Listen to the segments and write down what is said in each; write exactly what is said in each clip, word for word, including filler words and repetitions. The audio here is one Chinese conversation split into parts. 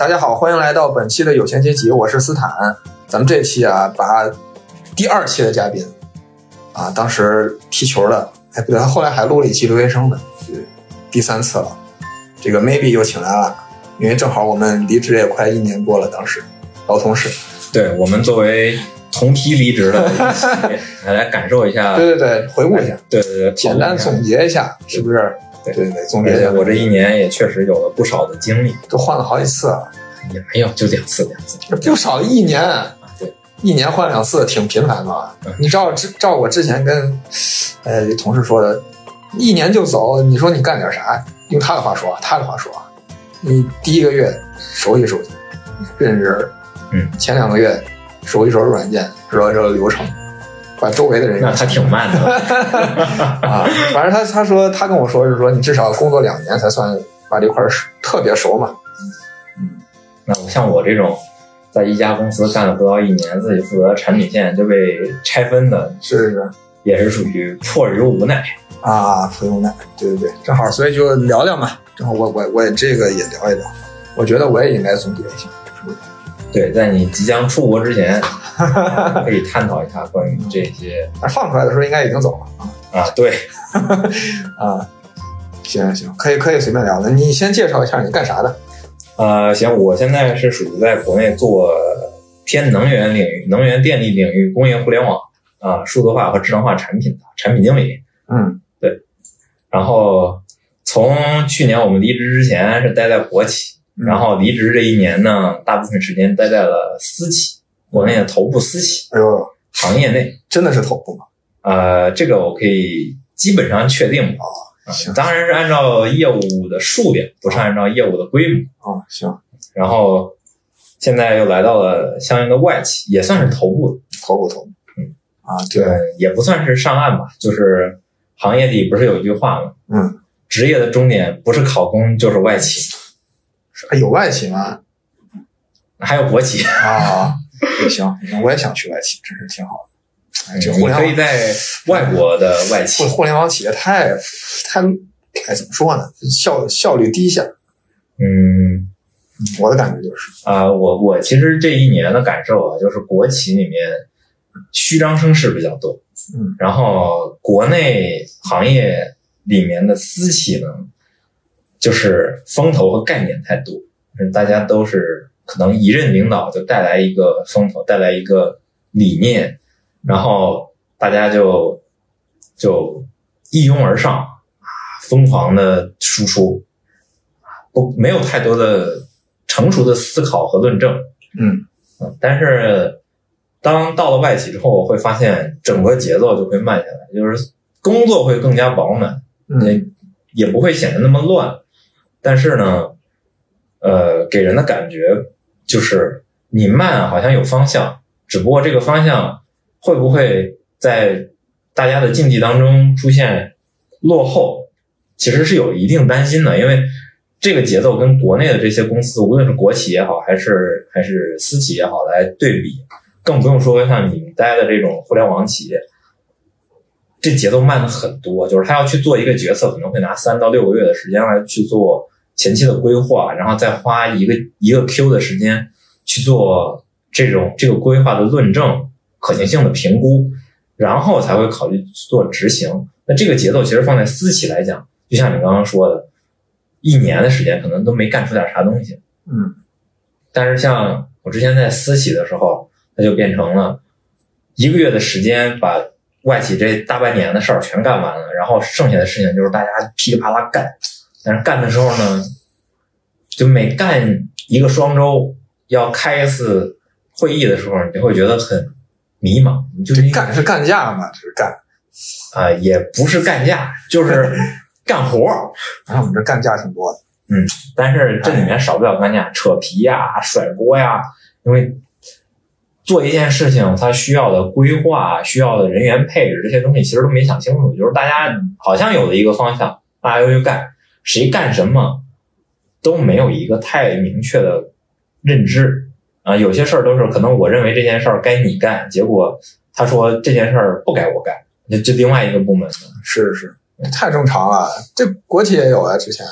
大家好，欢迎来到本期的有钱阶级，我是斯坦。咱们这期啊，把第二期的嘉宾啊，当时踢球的，哎不对，他后来还录了一期留学生的，第三次了。这个 maybe 又请来了，因为正好我们离职也快一年多了，当时老同事。 对，我们作为同梯离职的一起来感受一下， 对对对，回顾一下， 对对对， 简单总结一下，是不是？对对对，总结一下。 我这一年也确实有了不少的经历， 都换了好几次了， 也没有，就两次两次， 不少一年。 对， 一年换两次，挺频繁的吧？嗯、你照照我之前跟呃同事说的，一年就走，你说你干点啥？用他的话说，他的话说，你第一个月熟悉熟悉，认人， 嗯， 前两个月熟悉熟悉软件，知道这个流程，把周围的人那他挺慢的啊。反正他他说他跟我说是说，你至少工作两年才算把这块特别熟嘛。 嗯，那像我这种在一家公司干了不到一年，自己负责产品线就被拆分的， 是是， 也是属于迫于无奈啊，迫于无奈。对对对，正好，所以就聊聊嘛。正好我我我这个也聊一聊，我觉得我也应该总结一下，是不是？ 对，在你即将出国之前，可以探讨一下关于这些。 但放出来的时候应该已经走了啊。啊，对， 啊，行行，可以可以随便聊的。你先介绍一下你干啥的？ 呃，行，我现在是属于在国内做偏能源领域、能源电力领域、工业互联网啊、数字化和智能化产品的产品经理。 嗯， 对。然后从去年我们离职之前是待在国企。然后离职这一年呢，大部分时间待在了私企，国内的头部私企。 哎呦， 行业内真的是头部吗？ 呃，这个我可以基本上确定哦。行， 当然是按照业务的数量，不是按照业务的规模。 哦，行。 然后现在又来到了相应的外企，也算是头部， 头部头部。 嗯啊，对， 也不算是上岸吧，就是行业里不是有一句话吗？ 嗯， 职业的终点不是考公就是外企。 有外企吗？ 还有国企啊，也行，行，我也想去外企，真是挺好的。哎，这互联网你可以在外国的外企， 互联网企业太太哎怎么说呢？效效率低下。 嗯， 我的感觉就是啊、呃，我我其实这一年的感受啊，就是国企里面虚张声势比较多， 嗯， 然后国内行业里面的私企呢。就是风投和概念太多，大家都是可能一任领导就带来一个风投，带来一个理念，然后大家就就一拥而上啊，疯狂的输出，不没有太多的成熟的思考和论证。 嗯嗯，但是当到了外企之后，我会发现整个节奏就会慢下来，就是工作会更加饱满， 嗯， 也不会显得那么乱。但是呢，呃，给人的感觉就是你慢好像有方向，只不过这个方向会不会在大家的竞技当中出现落后，其实是有一定担心的，因为这个节奏跟国内的这些公司，无论是国企也好，还是还是私企也好来对比，更不用说像你们待的这种互联网企业。这节奏慢了很多，就是他要去做一个决策，可能会拿三到六个月的时间来去做前期的规划，然后再花一个一个 Q 的时间去做这种这个规划的论证、可行性的评估，然后才会考虑做执行。那这个节奏其实放在私企来讲，就像你刚刚说的，一年的时间可能都没干出点啥东西。 嗯， 但是像我之前在私企的时候，它就变成了一个月的时间把外企这大半年的事儿全干完了，然后剩下的事情就是大家噼里啪啦干。但是干的时候呢，就每干一个双周要开一次会议的时候，你就会觉得很迷茫。你就干是干架嘛，这是干啊、呃，也不是干架，就是干活。 然后我们这干架挺多的， 嗯，但是这里面少不了干架，扯皮呀、甩锅呀，因为做一件事情，它需要的规划、需要的人员配置这些东西，其实都没想清楚。就是大家好像有了一个方向，大家就去干，谁干什么都没有一个太明确的认知啊。有些事儿都是可能我认为这件事儿该你干，结果他说这件事儿不该我干，就就另外一个部门的。 是是，太正常了，这国企也有啊，之前。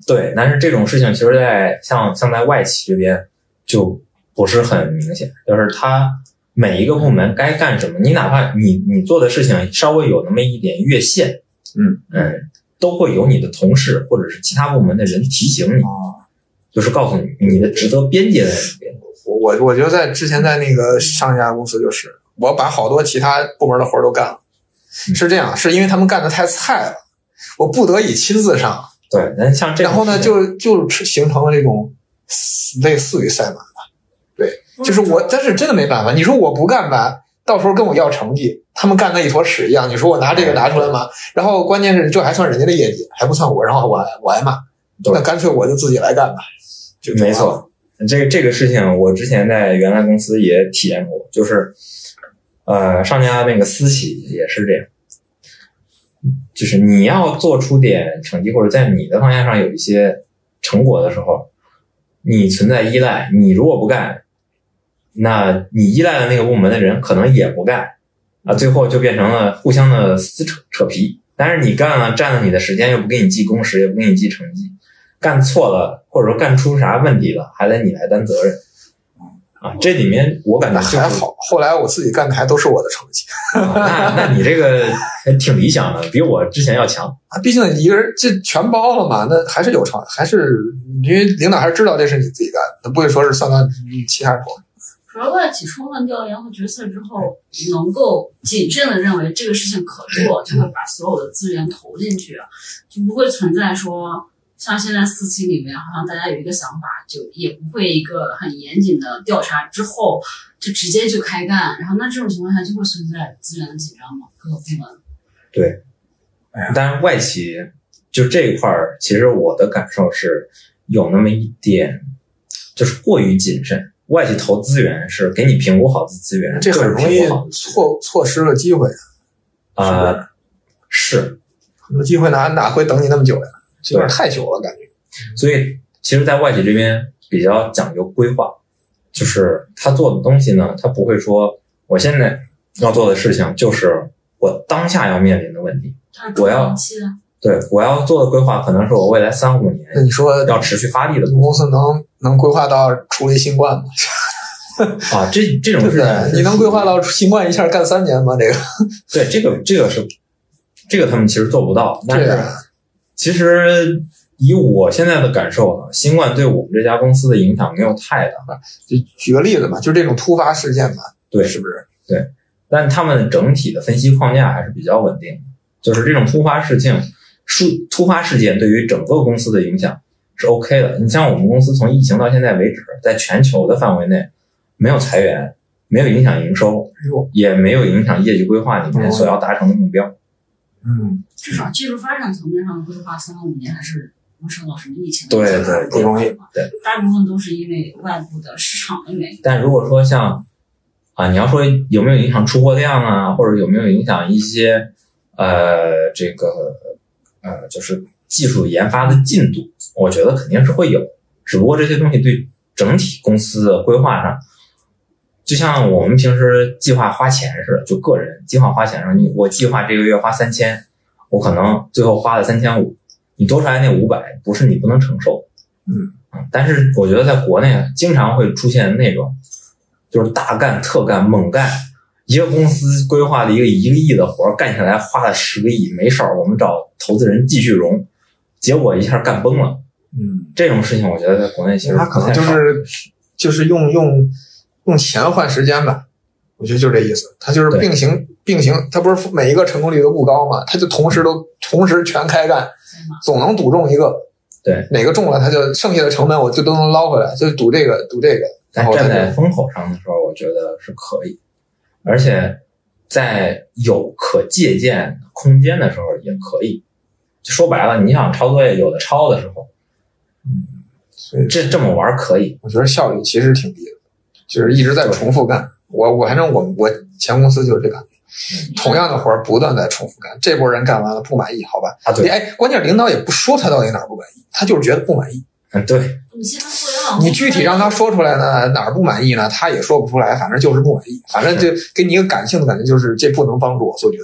对，但是这种事情其实在像像在外企这边就不是很明显，就是他每一个部门该干什么，你哪怕你你做的事情稍微有那么一点越线， 嗯嗯，都会有你的同事或者是其他部门的人提醒你， 哦、 就是告诉你你的职责边界在哪边。 我我觉得在之前在那个上一家公司，就是我把好多其他部门的活都干了， 嗯、 是这样，是因为他们干的太菜了，我不得已亲自上。 对，但像这然后呢，就就形成了这种类似于赛马吧。对，就是我，但是真的没办法。你说我不干吧，到时候跟我要成绩，他们干的一坨屎一样。你说我拿这个拿出来嘛？然后关键是这还算人家的业绩，还不算我，然后我我挨骂。那干脆我就自己来干吧。就没错，这个这个事情我之前在原来公司也体验过，就是呃上家那个私企也是这样。就是你要做出点成绩，或者在你的方向上有一些成果的时候，你存在依赖，你如果不干，那你依赖的那个部门的人可能也不干啊，最后就变成了互相的撕扯扯皮。但是你干了，占了你的时间，又不给你记工时，也不给你记成绩，干错了或者说干出啥问题了，还得你来担责任啊。这里面我感觉、就是、 还好，后来我自己干的还都是我的成绩。 啊、那那你这个还挺理想的，比我之前要强啊。毕竟一个人这全包了嘛，那还是有成，还是因为领导还是知道这是你自己干的，他不会说是算到其他人头。 主要外企充分调研和决策之后，能够谨慎的认为这个事情可做，就会把所有的资源投进去，就不会存在说像现在私企里面，好像大家有一个想法，就也不会一个很严谨的调查之后就直接就开干，然后那这种情况下就会存在资源的紧张嘛，各个部门。 对，但是外企就这一块儿，其实我的感受是有那么一点，就是过于谨慎。外企投资源是给你评估好资源， 这很容易错错失了机会啊、呃，是很多机会哪哪会等你那么久呀？有点太久了感觉。 所以其实在外企这边比较讲究规划，就是他做的东西呢，他不会说我现在要做的事情就是我当下要面临的问题，我要对我要做的规划可能是我未来三五年， 那你说要持续发力的。 你公司能能规划到处理新冠吗？ 啊，这这种事情你能规划到新冠一下干三年吗？这个对，这个这个是这个他们其实做不到，但是其实以我现在的感受呢，新冠对我们这家公司的影响没有太大。 就举个例子嘛，就这种突发事件嘛， 对， 是不是？ 对，但他们整体的分析框架还是比较稳定的，就是这种突发事情。突发事件对于整个公司的影响是 OK 的。你像我们公司从疫情到现在为止，在全球的范围内没有裁员，没有影响营收，也没有影响业绩规划里面所要达成的目标。 嗯， 至少技术发展层面上的规划三到五年还是不受到什么疫情的对对不容易。 对， 大部分都是因为外部的市场的原因。 但如果说像啊，你要说有没有影响出货量啊，或者有没有影响一些呃这个。呃，就是技术研发的进度，我觉得肯定是会有，只不过这些东西对整体公司的规划上，就像我们平时计划花钱似的，就个人计划花钱上，你我计划这个月花三千，我可能最后花了三千五，你多出来那五百不是你不能承受， 嗯嗯，但是我觉得在国内经常会出现那种，就是大干特干猛干。一个公司规划了一个一个亿的活干下来花了十个亿，没事儿，我们找投资人继续融，结果一下干崩了。 嗯， 这种事情我觉得在国内其实他可能就是就是用用用钱换时间吧，我觉得就这意思。他就是并行并行，他不是每一个成功率都不高嘛，他就同时都同时全开干，总能赌中一个。 对， 哪个中了，他就剩下的成本我就都能捞回来，就赌这个赌这个。 但站在风口上的时候，我觉得是可以。而且在有可借鉴空间的时候也可以，就说白了，你想抄作业有的抄的时候， 嗯，所以这这么玩可以。 我觉得效率其实挺低的，就是一直在重复干。我我反正我我前公司就是这感觉，同样的活儿不断在重复干，这波人干完了不满意，好吧？ 啊，对， 哎，关键领导也不说他到底哪儿不满意，他就是觉得不满意。 嗯，对。 你具体让他说出来呢，哪儿不满意呢？他也说不出来，反正就是不满意。反正就给你一个感性的感觉，就是这不能帮助我做决策。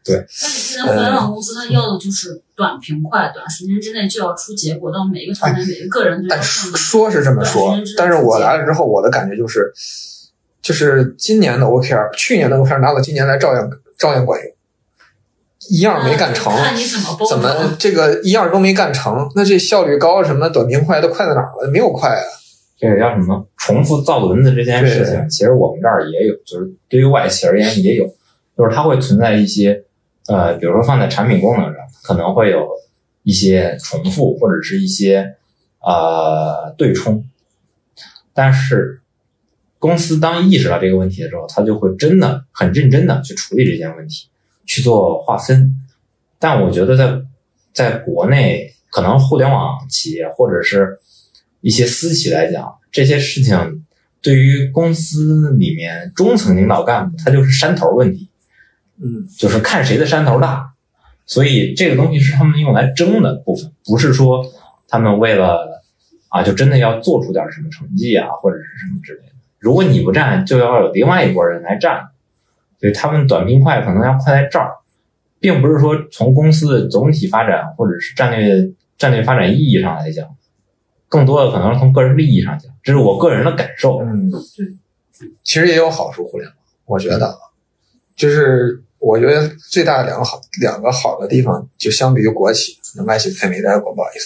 但你现在互联网公司它要的就是短平快，短时间之内就要出结果，到每一个团队、每一个个人都要。 但说是这么说，但是我来了之后，我的感觉就是，就是今年的 O K R， 去年的 O K R 拿到今年来照样照样管用，一样没干成。 看你怎么怎么这个一样都没干成？那这效率高什么短平快都快在哪儿了？没有快啊。 这个叫什么？重复造轮子这件事情，其实我们这儿也有，就是对于外企而言也有，就是它会存在一些。呃，比如说放在产品功能上，可能会有一些重复或者是一些呃对冲，但是公司当意识到这个问题的时候，他就会真的很认真的去处理这件问题，去做划分。但我觉得在在国内，可能互联网企业或者是一些私企来讲，这些事情对于公司里面中层领导干部，他就是山头问题。 嗯， 就是看谁的山头大，所以这个东西是他们用来争的部分，不是说他们为了啊就真的要做出点什么成绩啊或者是什么之类的。如果你不站，就要有另外一拨人来站，所以他们短平快可能要快在这儿，并不是说从公司的总体发展或者是战略战略发展意义上来讲，更多的可能是从个人利益上讲，这是我个人的感受。 嗯，对，其实也有好处，互联网，我觉得就是。我觉得最大的两个好两个好的地方，就相比于国企，外企还没待过，不好意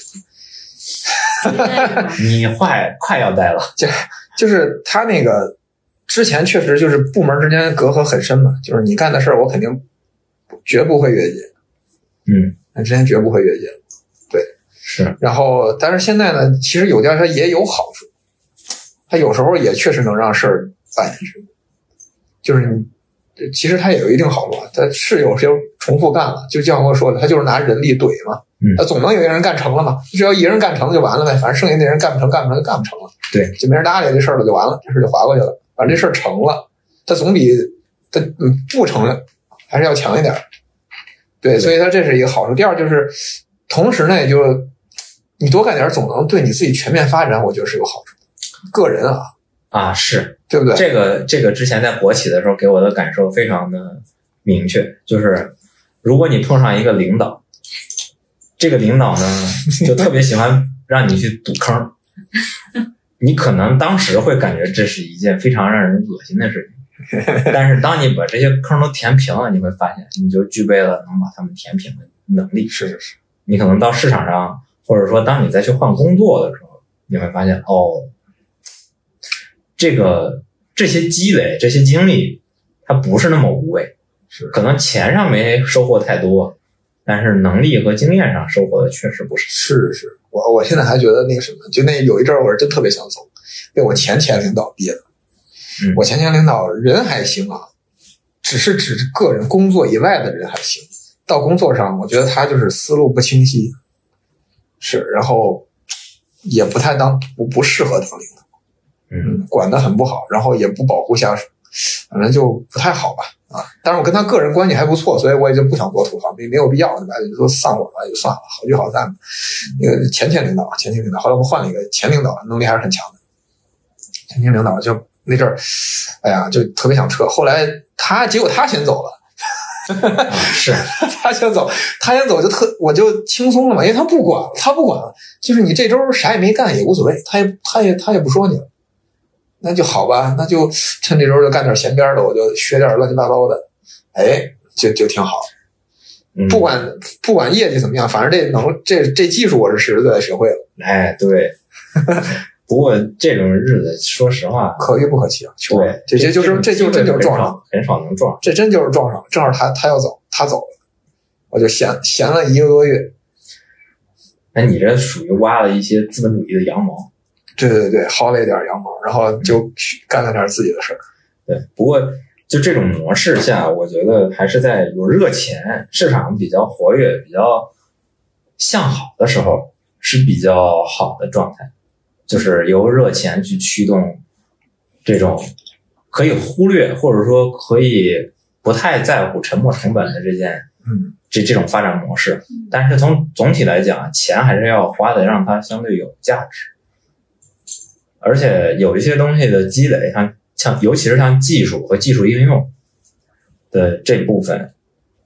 思。你快快要待了， 就就是他那个之前确实就是部门之间隔阂很深嘛，就是你干的事儿，我肯定绝不会越界。 嗯， 那之前绝不会越界。对， 是。 然后，但是现在呢，其实有调查也有好处，他有时候也确实能让事儿办下去，就是你。其实它也有一定好处，它是有些重复干了，就像我说的，他就是拿人力怼嘛，他总能有一个人干成了嘛，只要一人干成就完了呗，反正剩下那人干不成，干不成就干不成了， 对， 就没人搭理这事儿了，就完了，这事就划过去了。反正这事儿成了，它总比它不成还是要强一点，对，所以它这是一个好处。第二就是，同时呢，也就你多干点，总能对你自己全面发展，我觉得是有好处的。个人啊。 啊，是， 对不对？ 这个这个之前在国企的时候给我的感受非常的明确，就是如果你碰上一个领导，这个领导呢就特别喜欢让你去堵坑，你可能当时会感觉这是一件非常让人恶心的事情，但是当你把这些坑都填平了，你会发现你就具备了能把它们填平的能力。 是是是， 你可能到市场上，或者说当你再去换工作的时候，你会发现哦。这个这些积累这些经历它不是那么无谓， 是可能钱上没收获太多，但是能力和经验上收获的确实不少。 是是，我我现在还觉得那个什么，就那有一阵儿我是真特别想走，被我前前领导憋的。 嗯， 我前前领导人还行啊，只是指个人工作以外的人还行，到工作上我觉得他就是思路不清晰，是，然后也不太当不不适合当领导。嗯，管得很不好，然后也不保护下属，反正就不太好吧啊！但是我跟他个人关系还不错，所以我也就不想多吐槽，没没有必要，对吧？就说散伙了就算了，好聚好散。那个前前领导，前前领导，后来我们换了一个前领导，能力还是很强的。前前领导就那阵儿，哎呀，就特别想撤。后来他结果他先走了， 啊、是他先走，他先走就特我就轻松了嘛，因为他不管了，他不管了，就是你这周啥也没干也无所谓，他也他也他也不说你了。那就好吧，那就趁这周就干点闲边的，我就学点乱七八糟的，哎，就就挺好。 嗯、 不管不管业绩怎么样，反正这能这这技术我是实实在在学会了。 哎，对。不过这种日子，说实话， 可遇不可求。 对， 这这就是这就真就是撞上， 很少能撞。 这真就是撞上，正好他他要走，他走了，我就闲闲了一个多月。 那你这属于挖了一些资本主义的羊毛。 对对对，薅了一点羊毛，然后就干了点自己的事儿。 对，不过就这种模式下，我觉得还是在有热钱、市场比较活跃、比较向好的时候是比较好的状态，就是由热钱去驱动这种可以忽略或者说可以不太在乎沉没成本的这件， 嗯，这这种发展模式。但是从总体来讲，钱还是要花的让它相对有价值。而且有一些东西的积累，像像尤其是像技术和技术应用的这部分，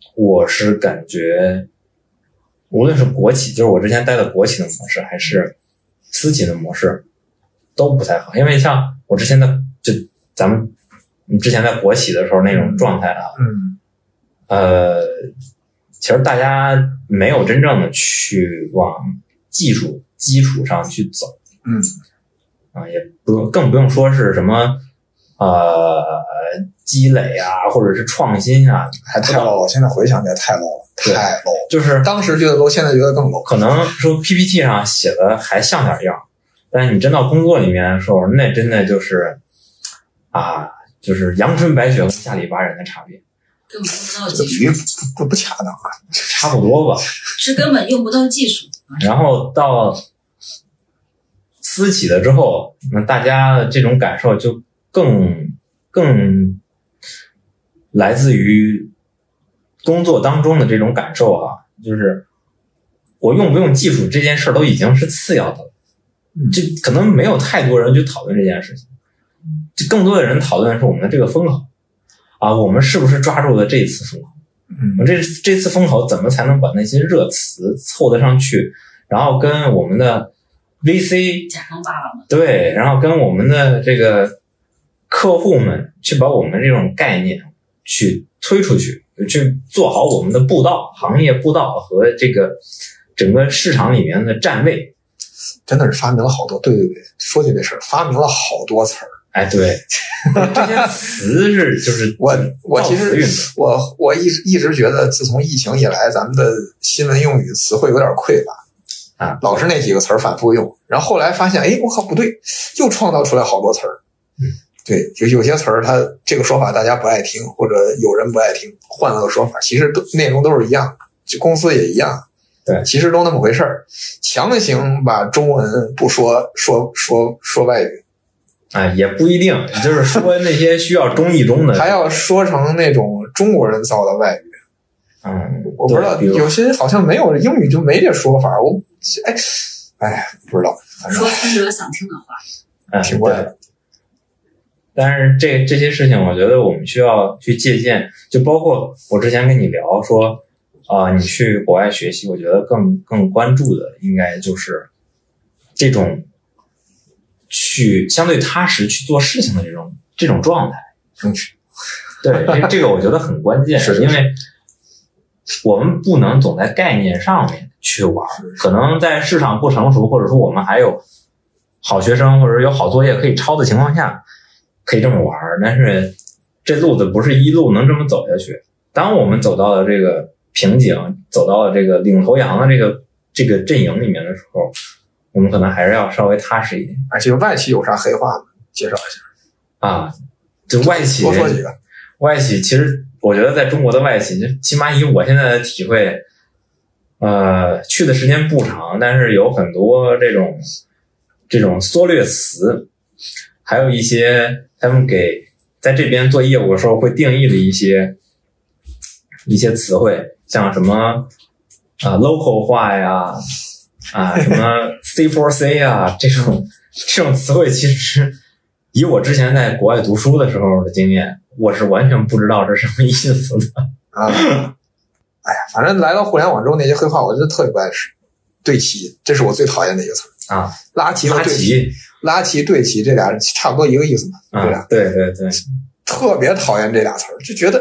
我是感觉，无论是国企，就是我之前待的国企的模式，还是私企的模式，都不太好。因为像我之前的，就咱们之前在国企的时候那种状态啊， 嗯， 呃，其实大家没有真正的去往技术基础上去走， 嗯， 啊，也不更不用说是什么呃积累啊，或者是创新啊， 还太 low 了。现在回想起来太 low 了，太 low 了。 就是当时觉得 low， 现在觉得更 low。 可能说 P P T 上写的还像点样，但是你真到工作里面的时候，那真的就是啊，就是阳春白雪和下里巴人的差别。 根本用不到这个技术， 不不不恰当啊， 差不多吧。 是根本用不到技术。 然后到私企了之后，那大家这种感受就更更来自于工作当中的这种感受啊，就是我用不用技术这件事都已经是次要的了，就可能没有太多人去讨论这件事情，就更多的人讨论的是我们的这个风口啊，我们是不是抓住了这一次风口？ 嗯， 这这次风口怎么才能把那些热词凑得上去，然后跟我们的 V C 甲方爸爸们对，然后跟我们的这个客户们去把我们这种概念去推出去，去做好我们的布道、行业布道和这个整个市场里面的站位。 真的是发明了好多，对对对，说起这事儿，发明了好多词儿。 哎，对，这些词是就是我我其实我我一直一直觉得，自从疫情以来，咱们的新闻用语词汇有点匮乏啊， 老是那几个词儿反复用，然后后来发现，哎，我靠，不对，又创造出来好多词儿。 嗯， 对，有有些词儿，它这个说法大家不爱听，或者有人不爱听，换了个说法，其实都内容都是一样的，就公司也一样。 对， 其实都那么回事儿，强行把中文不说说说说外语。 啊，也不一定，就是说那些需要中译中的， 还要说成那种中国人造的外语。 嗯， 我不知道，有些好像没有英语就没这说法。我哎哎，不知道，反正说听者想听的话， 嗯， 挺怪的。 但是这这些事情，我觉得我们需要去借鉴，就包括我之前跟你聊说，啊、呃，你去国外学习，我觉得更更关注的应该就是这种。去相对踏实去做事情的这种这种状态， 争取对这这个我觉得很关键， 是因为我们不能总在概念上面去玩，可能在市场不成熟，或者说我们还有好学生或者有好作业可以抄的情况下，可以这么玩，但是这路子不是一路能这么走下去。当我们走到了这个瓶颈，走到了这个领头羊的这个这个阵营里面的时候。我们可能还是要稍微踏实一点。 而且外企有啥黑话呢？介绍一下啊，就外企多说几个。 外企其实我觉得在中国的外企，就起码以我现在的体会，呃，去的时间不长，但是有很多这种这种缩略词，还有一些他们给在这边做业务的时候会定义的一些一些词汇，像什么啊、呃、local 化呀。啊，什么 C 四 C 啊，这种这种词汇，其实以我之前在国外读书的时候的经验，我是完全不知道是什么意思的啊。哎呀，反正来到互联网之后，那些黑话我就特别不爱使。对齐，这是我最讨厌的一个词啊。 拉齐和对齐，拉齐对齐这俩差不多一个意思嘛， 对吧？对对对， 特别讨厌这俩词儿，就觉得。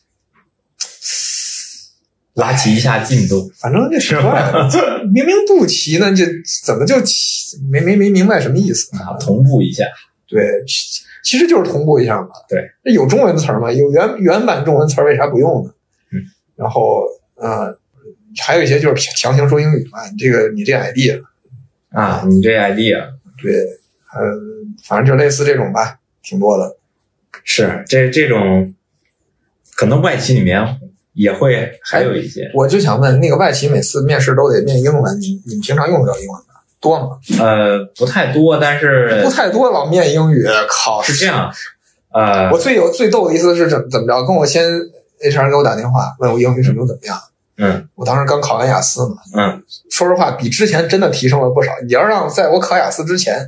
拉齐一下进度， 反正这是怪的，明明不齐呢，这怎么就齐？没没没明白什么意思啊？同步一下， 对，其实就是同步一下嘛。 对， 这有中文词吗？有原原版中文词为啥不用呢？ 嗯， 然后呃，还有一些就是强行说英语嘛，你这个你这 idea 啊，你这 idea， 对，嗯，反正就类似这种吧，挺多的。 是这这种，可能外企里面。也会还有一些， 我就想问，那个外企每次面试都得面英文，你你们平常用得了英文吗？多吗？ 呃，不太多，但是不太多，老面英语，靠！ 是这样，呃， 我最有最逗的一次是怎怎么着？跟我先 H R 给我打电话，问我英语水平怎么样？ 嗯， 我当时刚考完雅思嘛， 嗯， 说实话，比之前真的提升了不少。你要让在我考雅思之前，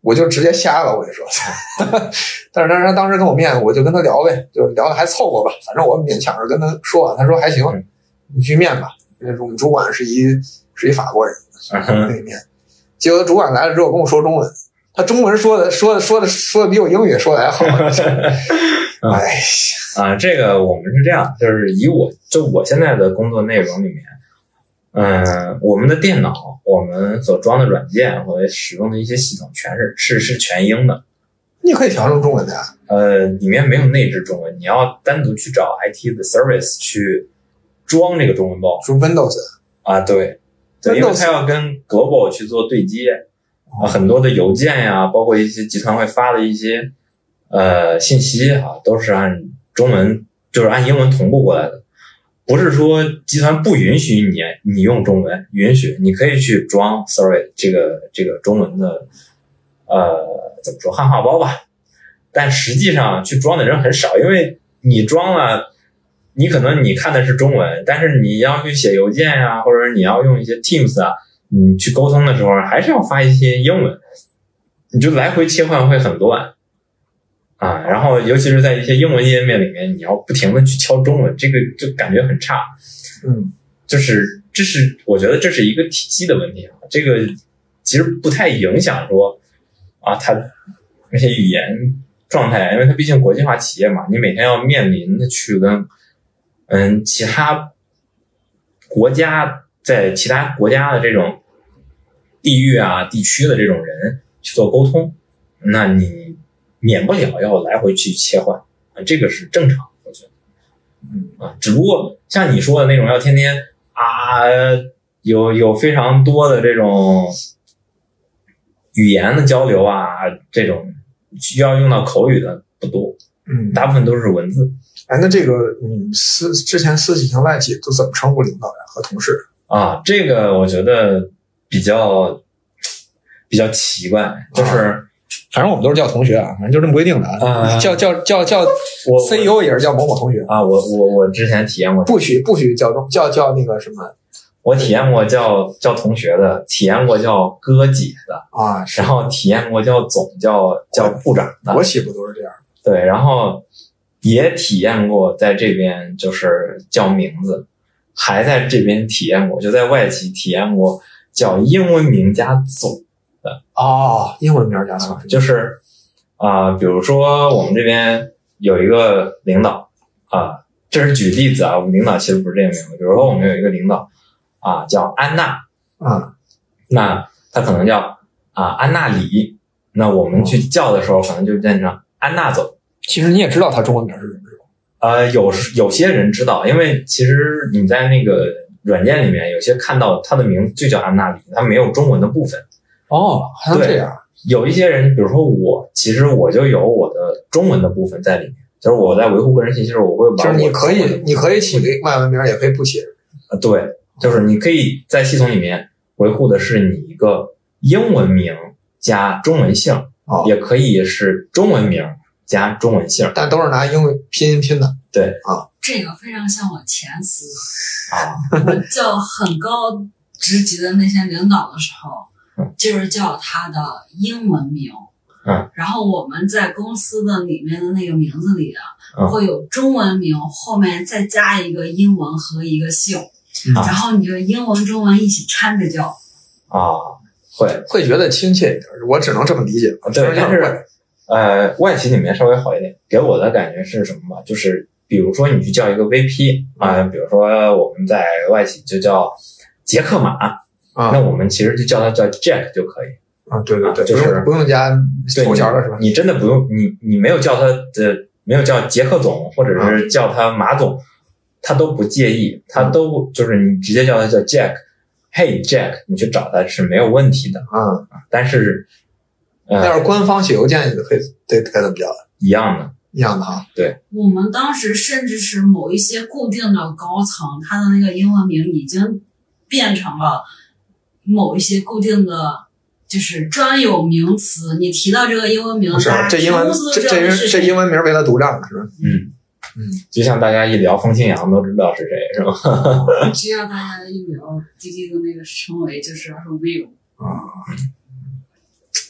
我就直接瞎了，我跟你说。但是但是他当时跟我面，我就跟他聊呗，就聊的还凑合吧，反正我勉强着跟他说完，他说还行，你去面吧。因为我们主管是一是一法国人，那个面。结果主管来了之后跟我说中文，他中文说的说的说的说的比我英语说的还好。哎啊，这个我们是这样，就是以我就我现在的工作内容里面，嗯、呃，我们的电脑，我们所装的软件和使用的一些系统全是是是全英的。 你可以调成中文的呀。 呃，里面没有内置中文，你要单独去找 I T 的 service 去装这个中文包。 是 Windows 啊，对，对，因为它要跟 Global 去做对接啊，很多的邮件呀，包括一些集团会发的一些呃信息啊，都是按中文，就是按英文同步过来的。不是说集团不允许你你用中文，允许你可以去装 sorry 这个这个中文的呃怎么说汉化包吧，但实际上去装的人很少，因为你装了，你可能你看的是中文，但是你要去写邮件呀、啊，或者你要用一些 Teams 啊，你去沟通的时候还是要发一些英文，你就来回切换会很乱。啊，然后尤其是在一些英文页面里面，你要不停的去敲中文，这个就感觉很差。 嗯， 就是这是我觉得这是一个体系的问题啊，这个其实不太影响说啊，它那些语言状态，因为它毕竟国际化企业嘛，你每天要面临的去跟嗯其他国家在其他国家的这种地域啊地区的这种人去做沟通，那你免不了要来回去切换啊，这个是正常，我觉得，嗯啊，只不过像你说的那种要天天啊，有有非常多的这种语言的交流啊，这种需要用到口语的不多， 嗯， 大部分都是文字。 哎，那这个你私之前私企和外企都怎么称呼领导呀和同事啊？这个我觉得比较比较奇怪，就是。啊反正我们都是叫同学啊，反正就这么规定的啊。叫叫叫叫，我 C E O 也是叫某某同学啊。我我我之前体验过， 不许不许叫中叫叫那个什么。 我体验过叫叫同学的，体验过叫哥姐的啊， 然后体验过叫总叫叫部长的。 国企不都是这样？ 对，然后也体验过在这边就是叫名字，还在这边体验过，就在外企体验过叫英文名加总。 哦，英文名加总， 就是啊、呃，比如说我们这边有一个领导啊、呃，这是举例子啊，我们领导其实不是这个名字。比如说我们有一个领导啊、呃，叫安娜， 啊， 那他可能叫啊、呃、安娜里，那我们去叫的时候可能就变成安娜总。 其实你也知道他中文名是什么？ 呃，有有些人知道，因为其实你在那个软件里面有些看到他的名字就叫安娜里，他没有中文的部分。 哦，还能这样？ 有一些人，比如说我，其实我就有我的中文的部分在里面，就是我在维护个人信息的时候，我会把就是你可以，你可以起外文名，也可以不起。 呃，对，就是你可以在系统里面维护的是你一个英文名加中文姓， 哦、 也可以是中文名加中文姓， 但都是拿英文拼音拼的。 对啊，这个非常像我前司啊，我叫很高职级的那些领导的时候。就是叫他的英文名， 嗯， 然后我们在公司的里面的那个名字里啊，嗯、会有中文名，后面再加一个英文和一个姓，嗯、然后你就英文中文一起掺着叫， 啊，会会觉得亲切一点，我只能这么理解。 对，但是呃，外企里面稍微好一点，给我的感觉是什么吧？就是比如说你去叫一个 V P 啊、呃，比如说我们在外企就叫杰克马。 啊， 那我们其实就叫它叫 Jack 就可以啊，对对对， 就是不用加头衔了是吧？ 你真的不用，你你没有叫他的，没有叫杰克总，或者是叫他马总，他都不介意，他都就是你直接叫他叫 Jack，Hey Jack， 你去找他是没有问题的啊。 但是， 呃，要是官方写邮件，也可以得该怎么叫？ 一样的， 一样的哈。 对， 我们当时甚至是某一些固定的高层，他的那个英文名已经变成了。某一些固定的就是专有名词，你提到这个英文名， 是这英文这这这英文名为了独占是吧？ 嗯嗯，就像大家一聊风清扬都知道是谁是吧？ 只要大家一聊滴滴的那个称谓就是说 Will 啊，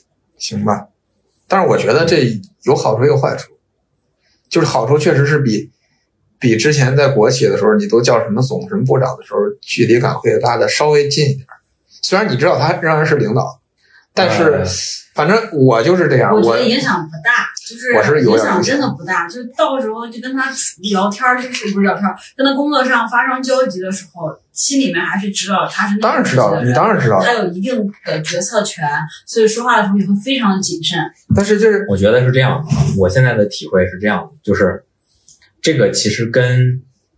行吧。但是我觉得这有好处也有坏处，就是好处确实是比比之前在国企的时候你都叫什么总什么部长的时候距离感会拉的稍微近一点。虽然你知道他仍然是领导，但是反正我就是这样。 我觉得影响不大，就是我是有影响真的不大。就到时候就跟他聊天，就是不是聊天，跟他工作上发生交集的时候，心里面还是知道他是那当然知道了，你当然知道了， 他有一定的决策权，所以说话的时候也会非常的谨慎。 但是就是我觉得是这样的，我现在的体会是这样的，就是这个其实跟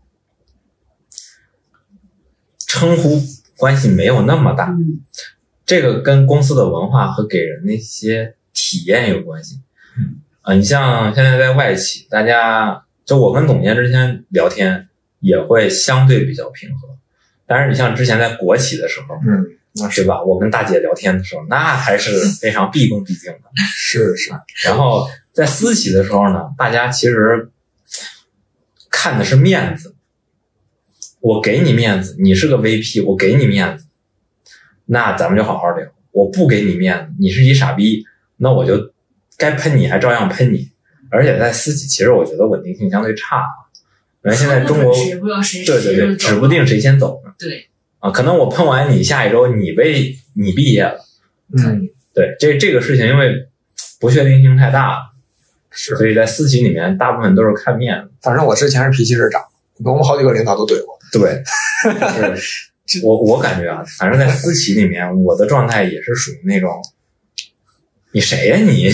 称呼关系没有那么大， 嗯， 这个跟公司的文化和给人的一些体验有关系。 嗯， 啊，你像现在在外企，大家就我跟董监之前聊天也会相对比较平和，但是你像之前在国企的时候， 嗯，那是对吧？我跟大姐聊天的时候，那还是非常毕恭毕敬的。 是是。 然后在私企的时候呢，大家其实看的是面子。我给你面子，你是个 V P， 我给你面子，那咱们就好好聊。我不给你面子，你是一傻逼，那我就该喷你还照样喷你。而且在私企，其实我觉得稳定性相对差。因为现在中国对对对，指不定谁先走呢。 对啊，可能我喷完你，下一周你被你毕业了。 嗯， 对，这这个事情因为不确定性太大了， 是， 所以在私企里面大部分都是看面子。 反正我之前是脾气是长，我们好几个领导都怼过。 对，就是我我感觉啊，反正在私企里面，我的状态也是属于那种，你谁呀、啊、你？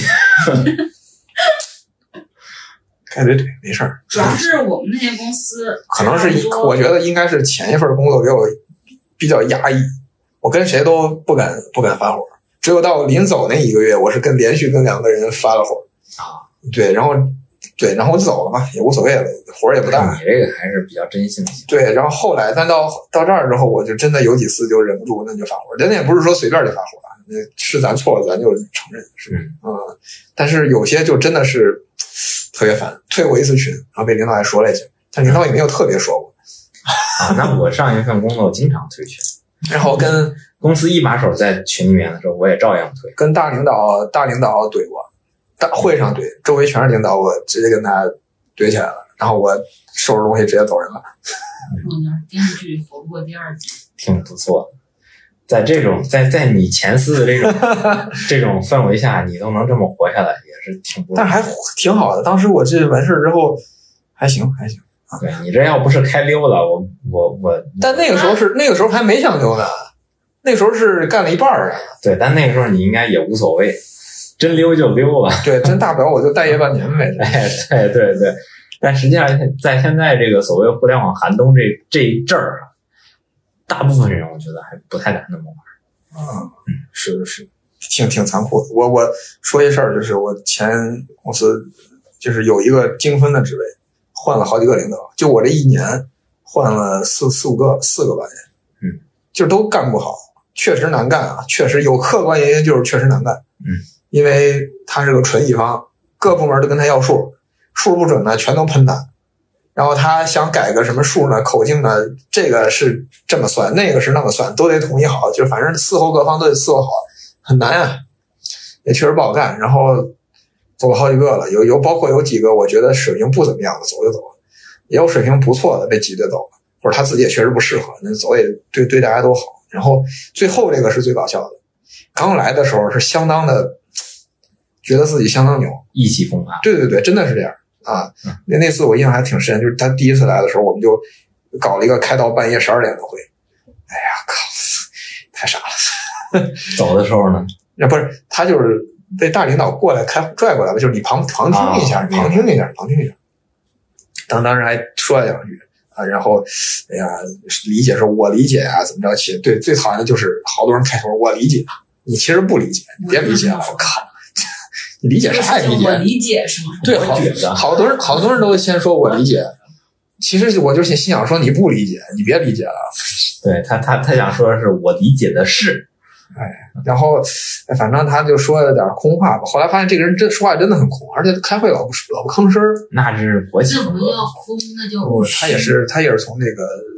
该怼怼没事儿。 主要是我们那些公司， 可能是一，我觉得应该是前一份工作给我比较压抑，我跟谁都不敢不敢发火，只有到临走那一个月，我是跟连续跟两个人发了火啊， 对，然后。对，然后我就走了嘛，也无所谓了，火儿也不大。 你这个还是比较真性情。 对，然后后来，但到到这儿之后，我就真的有几次就忍不住，那就发火。人家也不是说随便就发火啊，那是咱错了，咱就承认，是嗯。嗯，但是有些就真的是特别烦，退过一次群，然后被领导还说了一句，但领导也没有特别说过。 啊，那我上一份工作经常退群， 然后跟公司一把手在群里面的时候，我也照样退。 跟大领导大领导怼过。大会上怼，周围全是领导，我直接跟他怼起来了，然后我收拾东西直接走人了。 嗯，电视剧活过第二集， 挺不错的。在这种在在你前司的这种这种氛围下，你都能这么活下来，也是挺不。 但还挺好的。当时我这完事之后，还行还行。 对，你这要不是开溜了，我我我。 但那个时候是那个时候还没想溜呢，那个时候是干了一半啊。 对，但那个时候你应该也无所谓。真溜就溜了， 对，真大不了我就待业半年呗。 哎，对对对，但实际上在现在这个所谓互联网寒冬这这一阵儿啊，大部分人我觉得还不太敢那么玩。 嗯，是的是，挺挺残酷的。我我说一事儿，就是我前公司就是有一个精分的职位，换了好几个领导，就我这一年换了四四五个四个吧， 嗯， 就都干不好，确实难干啊，确实有客观原因，就是确实难干， 嗯。 因为他是个纯乙方，各部门都跟他要数，数不准呢全都喷他，然后他想改个什么数呢，口径呢，这个是这么算，那个是那么算，都得统一好，就反正伺候各方都得伺候好，很难啊，也确实不好干。然后走了好几个了，有有包括有几个我觉得水平不怎么样的走就走了，也有水平不错的被挤兑走了，或者他自己也确实不适合，那走也对对大家都好。然后最后这个是最搞笑的，刚来的时候是相当的。觉得自己相当牛， 意气风发。 对对对，真的是这样啊！那、嗯、那次我印象还挺深，就是他第一次来的时候，我们就搞了一个开到半夜十二点的会。哎呀，靠，太傻了！ 走的时候呢？ 那不是他就是被大领导过来开拽过来了，就是你旁旁听一下，啊、旁听一下，旁听一下。当当时还说了两句啊，然后哎呀，理解说我理解啊，怎么着？其实对最讨厌的就是好多人开头我理解，你其实不理解，你别理解了，我靠！你理解啥也理解， 我理解是吗？ 对，好，好多人，好多人都先说我理解，其实我就心想说你不理解，你别理解了。 对他，他他想说的是我理解的是， 哎，然后反正他就说了点空话吧。后来发现这个人真说话真的很空，而且开会老不老不吭声。 那是国企， 这不叫空，那叫不，他也是他也是从那个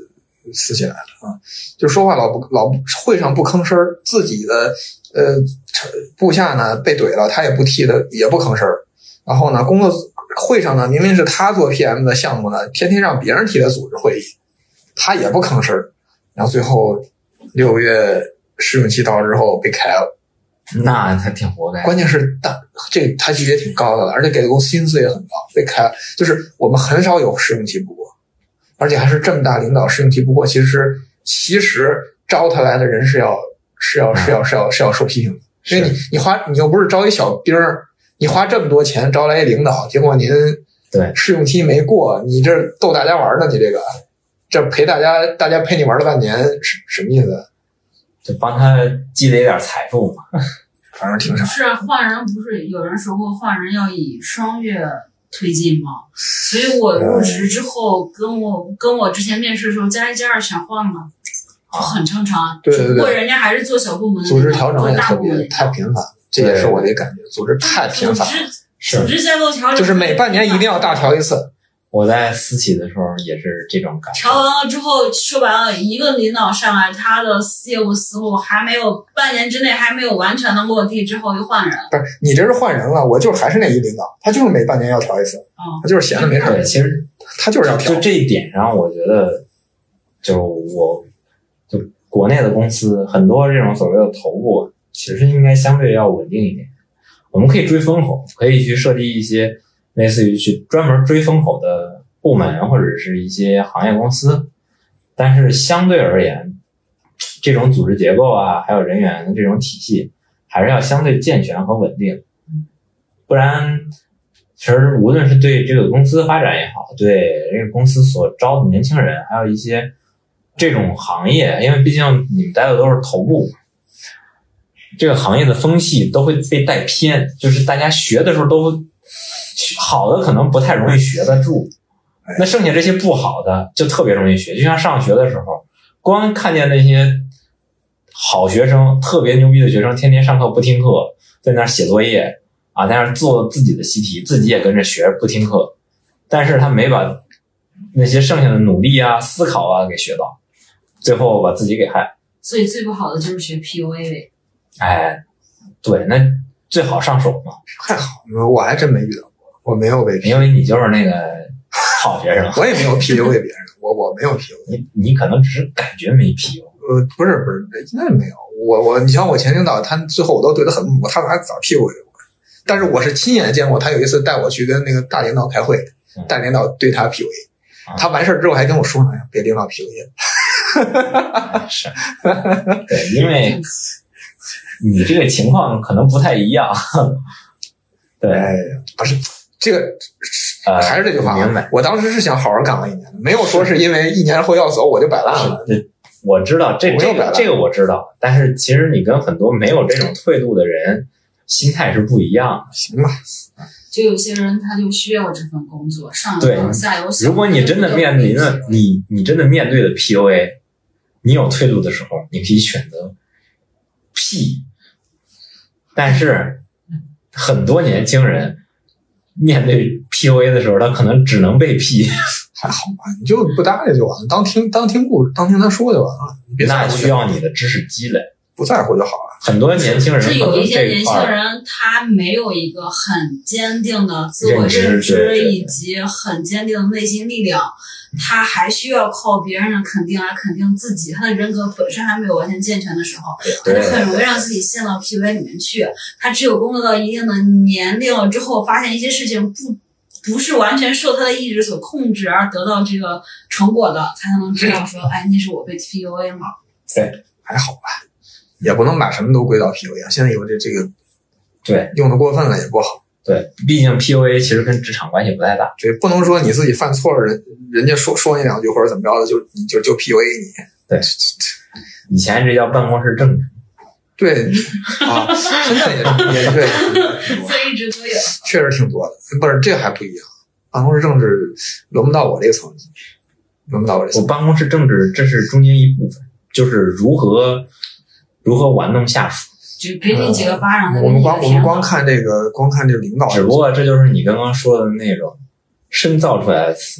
撕起来了啊！就说话老不老会上不吭声，自己的呃部下呢被怼了，他也不替的也不吭声。然后呢，工作会上呢明明是他做 P M 的项目呢，天天让别人替他组织会议，他也不吭声。然后最后六个月试用期到了之后被开了。 那他挺活该。 关键是大这个他级别挺高的了，而且给的工资薪资也很高，被开了。就是我们很少有试用期不过。而且还是这么大领导试用期不过，其实其实招他来的人是要是要是要是要是要受批评的，因为你你花你又不是招一小兵儿，你花这么多钱招来一领导，结果您对试用期没过，你这逗大家玩呢？你这个这陪大家大家陪你玩了半年，是什么意思？ 就帮他积累点财富嘛， 反正挺少。 是换人，不是有人说过换人要以双月推进吗？所以我入职之后，跟我跟我之前面试的时候加一加二全换了，就很正常。 对对对。 只不过人家还是做小部门， 组织调整也特别太频繁，这也是我的感觉。组织太频繁， 组织架构调整就是每半年一定要大调一次。 我在私企的时候也是这种感觉。 调完了之后，说白了，一个领导上来，他的业务思路还没有半年之内还没有完全的落地，之后又换人。 不是你这是换人了，我就是还是那一领导，他就是每半年要调一次， 嗯、 他就是闲的没事。 对，其实他就是要调。 就这一点上，我觉得，就我就国内的公司很多这种所谓的头部，其实应该相对要稳定一点。我们可以追风口，可以去设立一些类似于去专门追风口的部门或者是一些行业公司，但是相对而言，这种组织结构啊，还有人员的这种体系，还是要相对健全和稳定。不然，其实无论是对这个公司发展也好，对这个公司所招的年轻人，还有一些这种行业，因为毕竟你们待的都是头部，这个行业的风气都会被带偏，就是大家学的时候都好的可能不太容易学得住，那剩下这些不好的就特别容易学。就像上学的时候，光看见那些好学生，特别牛逼的学生，天天上课不听课，在那儿写作业啊，在那儿做自己的习题，自己也跟着学不听课，但是他没把那些剩下的努力啊、思考啊给学到，最后把自己给害。 所以最不好的就是学 P U A 呗。 哎，对，那最好上手嘛。 还好，我还真没遇到过，我没有被， 因为你就是那个好学生。 我也没有 P U A 别人，我我没有 P U A。 你你可能只是感觉没 P U A。 呃，不是不是，应该没有。我我你像我前领导，他最后我都对他很，他还早 P U A 我。但是我是亲眼见过，他有一次带我去跟那个大领导开会，大领导对他 P U A，、嗯、他完事之后还跟我说呢，别领导 P U A。 是，对，因为你这个情况可能不太一样。对， 哎，不是这个，呃，还是这句话， 明白。 我当时是想好好干完一年，没有说是因为一年后要走我就摆烂了。 我知道这这个这个我知道，但是其实你跟很多没有这种退路的人心态是不一样的。 行吧， 就有些人他就需要这份工作，上有下有小。 如果你真的面临了你你真的面对的 P U A， 你有退路的时候，你可以选择 P。但是很多年轻人面对 P U A 的时候，他可能只能被 P。 还好吧，你就不搭理就完了，当听当听故事，当听他说就完了。别那需要你的知识积累， 不在乎就好了。 很多年轻人是有一些年轻人，他没有一个很坚定的自我认知以及很坚定的内心力量，他还需要靠别人的肯定来肯定自己。他的人格本身还没有完全健全的时候，他就很容易让自己陷到 P U A 里面去。他只有工作到一定的年龄了之后，发现一些事情不。不是完全受他的意志所控制而得到这个成果的，才能知道说，哎，那是我被 P U A 了。 对，还好吧，也不能把什么都归到 P U A。现在有这这个， 对， 用的过分了也不好。 对，毕竟 P U A 其实跟职场关系不太大。 对，不能说你自己犯错了，人人家说说你两句或者怎么着的，就你就就 P U A 你。 对，以前这叫办公室政治。 对啊，现在也是也对， 所以一直都有， 确实挺多的。不是，这还不一样。办公室政治轮不到我这个层级，轮不到我这个层级。 我办公室政治这是中间一部分，就是如何如何玩弄下属。 就给你几个巴掌、 嗯。我们光我们光看这个，光看这个领导。 只不过这就是你刚刚说的那种深造出来的词，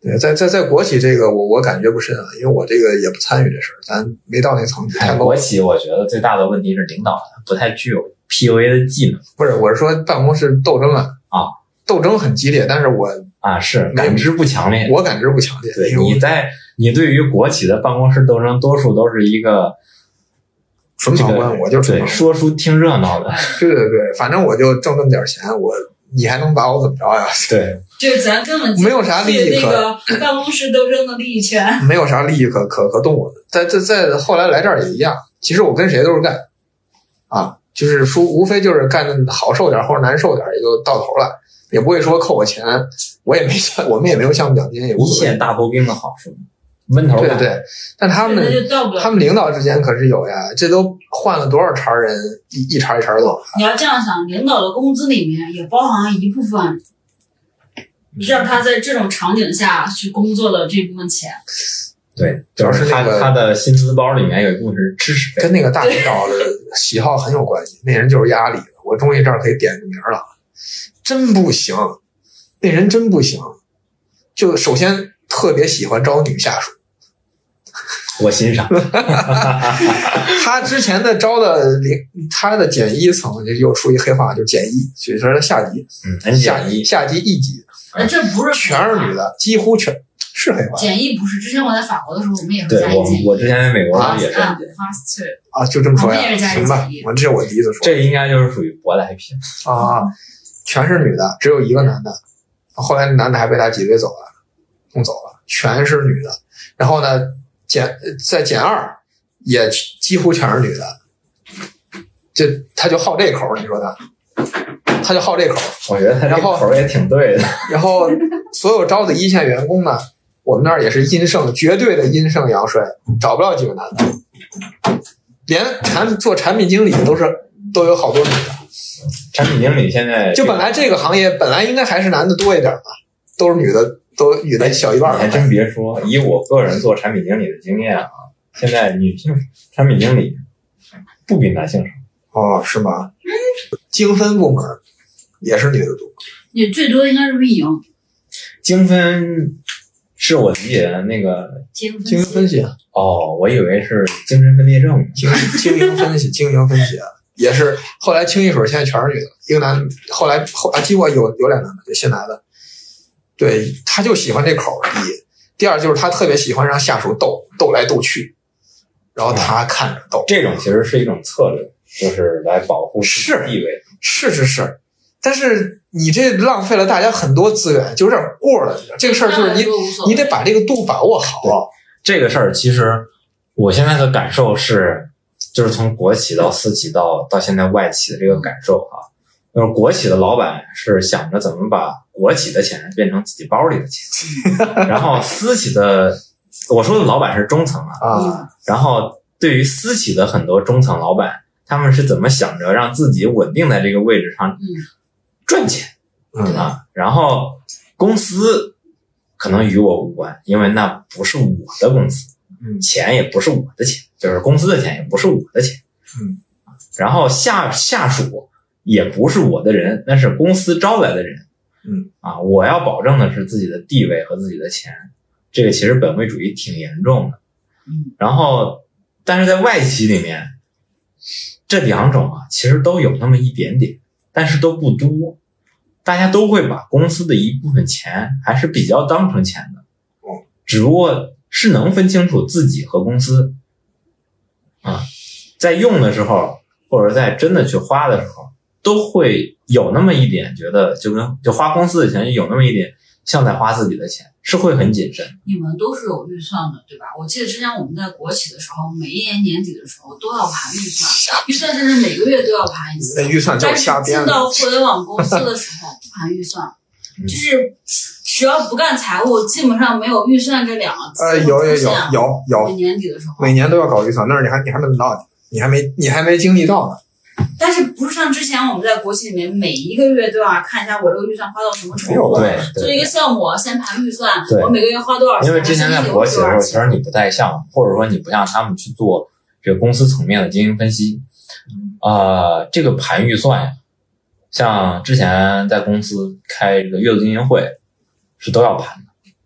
对，在在在国企这个我我感觉不深啊，因为我这个也不参与这事儿，咱没到那层级。 哎，国企我觉得最大的问题是领导不太具有 P U A 的技能。 不是，我是说办公室斗争啊啊， 斗争很激烈，但是我啊是感知不强烈， 我感知不强烈。 对，你在你对于国企的办公室斗争，多数都是一个纯旁观，我就纯对说书听热闹的。 对对对，反正我就挣那么点钱，我你还能把我怎么着呀？ 对， 就咱根本没有啥利益可那个办公室斗争的利益权， 没有啥利益可可可动我的。在在在后来来这儿也一样，其实我跟谁都是干啊，就是说无非就是干的好受点或者难受点，也就到头了，也不会说扣我钱，我也没我们也没有项目奖金，也无一线大头兵的好处。闷头干， 对对，但他们他们领导之间可是有呀，这都换了多少茬人，一一茬一茬走。 你要这样想，领导的工资里面也包含一部分，让他在这种场景下去工作的这部分钱。 对，主要是他、那个、他的薪资包里面有一部分是知识费， 跟那个大领导的喜好很有关系。那人就是压力，我终于这儿可以点个名了，真不行，那人真不行。就首先特别喜欢招女下属， 我欣赏。 他之前的招的领，他的减一层就又属于黑话，就减一，所以说他下级， 嗯，很下级下级一级， 那这不是全是女的，几乎全是黑话。 减一不是，之前我在法国的时候，我们也是加一减一。 我我之前在美国也是， 啊，对 ，fast two 啊，就这么说呀， 我们也是加一行吧，我这是我第一次说， 这应该就是属于博的 I P 啊，全是女的，只有一个男的，后来男的还被他挤兑走了，弄走了，全是女的，然后呢？减在减二也几乎全是女的，这他就好这口，你说他，他就好这口。 我觉得他这口也挺对的。 然后所有招的一线员工呢，我们那儿也是阴盛，绝对的阴盛阳衰，找不了几个男的，连产做产品经理都是都有好多女的。 产品经理现在就本来这个行业本来应该还是男的多一点嘛，都是女的。都女的小一半。 你还真别说，以我个人做产品经理的经验啊，现在女性产品经理不比男性少。 哦，是吗？精分部门也是女的多。 也最多应该是运营。 精分是我理解的那个精精英分析。 哦，我以为是精神分裂症。 精精英分析，精英分析也是。后来清一水现在全是女的，一个男，后来后啊，结果有有俩男的，就新来的。对，他就喜欢这口。第一，第二就是他特别喜欢让下属斗斗来斗去，然后他看着斗。 这种其实是一种策略，就是来保护自己地位。 是是是，但是你这浪费了大家很多资源，就有点过了。这个事儿就是你你得把这个度把握好。 这个事儿其实我现在的感受是，就是从国企到私企到到现在外企的这个感受啊。就是国企的老板是想着怎么把国企的钱变成自己包里的钱，然后私企的，我说的老板是中层啊， 啊， 然后对于私企的很多中层老板，他们是怎么想着让自己稳定在这个位置上赚钱， 嗯啊，然后公司可能与我无关，因为那不是我的公司， 嗯， 钱也不是我的钱，就是公司的钱也不是我的钱， 嗯， 然后下下属。也不是我的人，那是公司招来的人。 嗯啊，我要保证的是自己的地位和自己的钱，这个其实本位主义挺严重的。 嗯， 然后，但是在外企里面，这两种啊，其实都有那么一点点，但是都不多。大家都会把公司的一部分钱还是比较当成钱的，只不过是能分清楚自己和公司啊，在用的时候，或者在真的去花的时候。都会有那么一点觉得就跟就花公司的钱有那么一点像在花自己的钱，是会很谨慎。 你们都是有预算的对吧？我记得之前我们在国企的时候，每一年年底的时候都要盘预算，预算甚至每个月都要盘一次。 那预算就是瞎编的。 但是进到互联网公司的时候不盘预算，就是只要不干财务，基本上没有预算这两个字。 呃，有有有有有。 每年底的时候， 每年都要搞预算，那是你还你还没轮到你，你还没你还没经历到呢。 但是不是像之前我们在国企里面每一个月都要看一下我这个预算花到什么程度？ 对， 做一个项目先盘预算，我每个月花多少钱？ 因为之前在国企的时候，其实你不带项目，或者说你不像他们去做这个公司层面的经营分析，呃，这个盘预算呀，像之前在公司开这个月度经营会是都要盘的。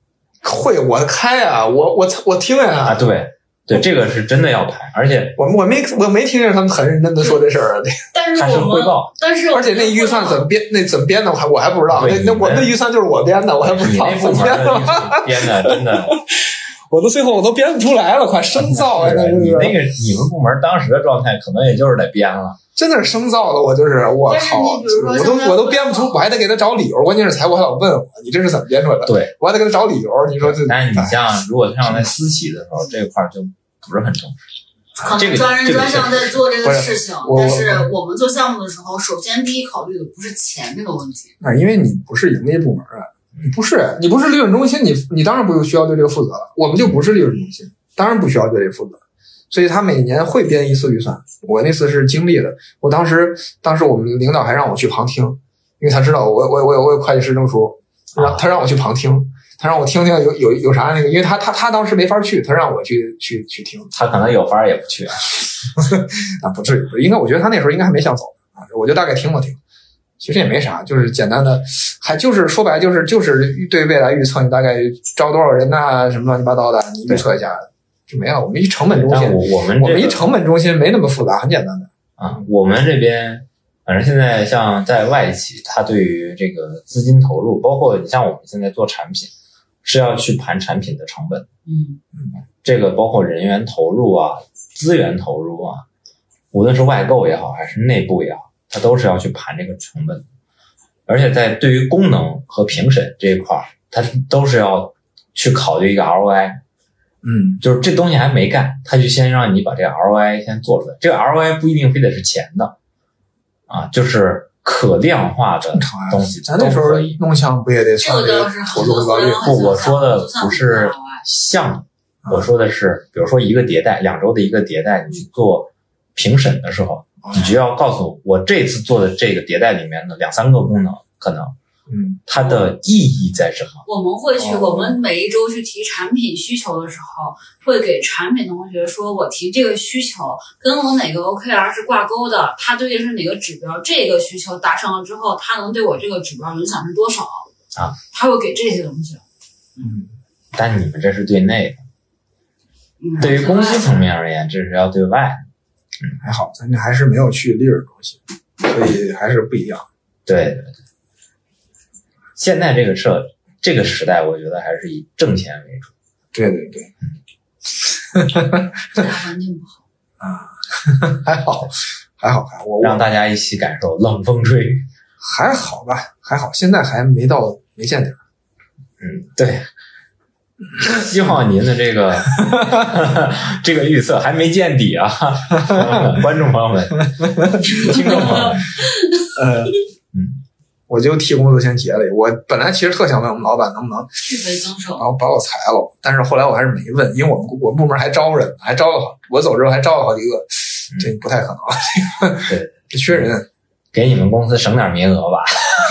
会我开啊，我我我听呀啊，对对，这个是真的要排，而且我我没我没听见他们很认真的说这事儿啊。 但是它是我们汇报， 但是而且那预算怎么编，那怎么编的，我还我还不知道。那对你们那我那预算就是我编的，我还不知道你那部怎么编门的预的。 算编的真的， 我都最后我都编不出来了，快生造啊！ 是的那你那个你们部门当时的状态，可能也就是得编了。 真的是生造的，我就是我但是靠， 你比如说我都现在我都编不出，我还得给他找理由。关键是财务还老问我，你这是怎么编出来的？ 对， 我还得给他找理由。你说这， 但是你像如果像在私企的时候，这块儿就不是很重视。 可能这个专人专项在做这个事情， 我但是我们做项目的时候，首先第一考虑的不是钱这个问题。 啊，因为你不是盈利部门啊，你不是你不是利润中心，你你当然不需要对这个负责了。我们就不是利润中心，当然不需要对这个负责。所以他每年会编一次预算，我那次是经历的。我当时，当时我们领导还让我去旁听，因为他知道我我我有我有会计师证书，让他让我去旁听，他让我听听有有有啥那个，因为他他他当时没法去，他让我去去去听。 他可能有法儿也不去啊。 啊，不至于，应该我觉得他那时候应该还没想走啊，我就大概听了听，其实也没啥，就是简单的，还就是说白了就是就是对未来预测，你大概招多少人呐、什么乱七八糟的，你预测一下。就没有，我们一成本中心， 但我我们、这个、 我们一成本中心没那么复杂，很简单的啊。我们这边反正现在像在外企，它对于这个资金投入，包括你像我们现在做产品，是要去盘产品的成本， 嗯嗯，这个包括人员投入啊、资源投入啊，无论是外购也好，还是内部也好，它都是要去盘这个成本，而且在对于功能和评审这一块，它都是要去考虑一个 R O I。 嗯， 就是这东西还没干，他就先让你把这个 R O I 先做出来。这个 R O I 不一定非得是钱的，啊，就是可量化的东西。 咱那时候弄项不也得算这个投入回报率？ 不，我说的不是项目，我说的是，比如说一个迭代，两周的一个迭代，你去做评审的时候，你就要告诉我，我这次做的这个迭代里面的两三个功能，可能。嗯，它的意义在什么？ 我们会去，我们每一周去提产品需求的时候，会给产品同学说，我提这个需求跟我哪个 O K R 是挂钩的，它对应是哪个指标，这个需求达成了之后，它能对我这个指标影响是多少啊？ 他会给这些东西。 嗯，但你们这是对内的， 嗯、 对于公司层面而言，这是要对外的。 嗯，还好，咱这还是没有去利润中心，所以还是不一样。 对对对。现在这个社这个时代，我觉得还是以挣钱为主。 对对对， 大环境不好啊，还好，还好，还我让大家一起感受冷风吹， 还好吧，还好，现在还没到没见底儿。 嗯，对。希望您的这个这个预测还没见底啊，观众朋友们、听众朋友们， 呃，嗯。我就替工资先结了，我本来其实特想问我们老板能不能续费增收， 然后把我裁了，但是后来我还是没问，因为我们我们部门还招人，还招了好，我走之后还招了好几个，这不太可能， 对， 这缺人， 给你们公司省点名额吧。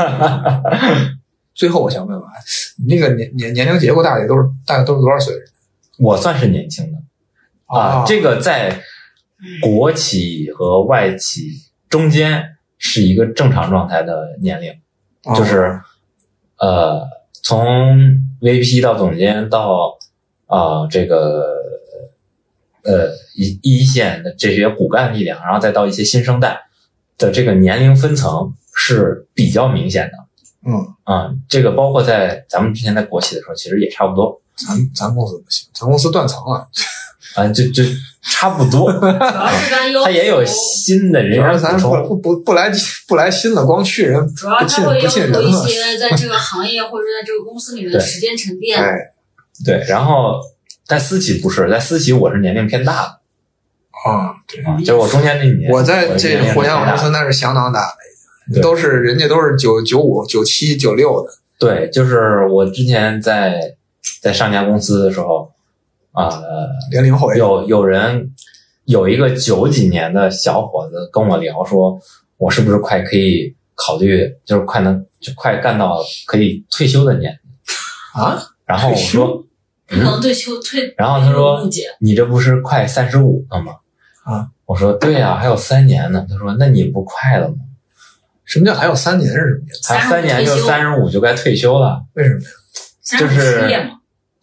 最后我想问问，你那个年年年龄结构大概都是大概都是多少岁？ 我算是年轻的啊，这个在国企和外企中间是一个正常状态的年龄。就是，呃，从 V P 到总监到啊、呃、这个呃一一线的这些骨干力量，然后再到一些新生代的这个年龄分层是比较明显的。 嗯啊、嗯，这个包括在咱们之前在国企的时候，其实也差不多。 咱咱公司不行，咱公司断层了。 啊，就就差不多。 主要是咱有， 他也有新的人员补充， 不不不来不来新的，光去人， 主要他会要求一些在这个行业或者在这个公司里面的时间沉淀。 哎， 对，然后在私企不是，在私企我是年龄偏大的。 啊，对， 啊，就是我中间那一年， 我在这互联网公司那是相当大的，都是人家都是九九五、九七、九六的。 对，就是我之前在在上家公司的时候。啊、呃， 零零后有有人有一个九几年的小伙子跟我聊说，我是不是快可以考虑，就是快能就快干到可以退休的年龄啊？ 然后我说， 可能退休退， 然后他说，你这不是快三十五了吗？ 啊， 我说对呀、啊，还有三年呢。他说，那你不快了吗？ 什么叫还有三年是什么意思？ 还三年就三十五就该退休了？ 为什么呀？ 就是。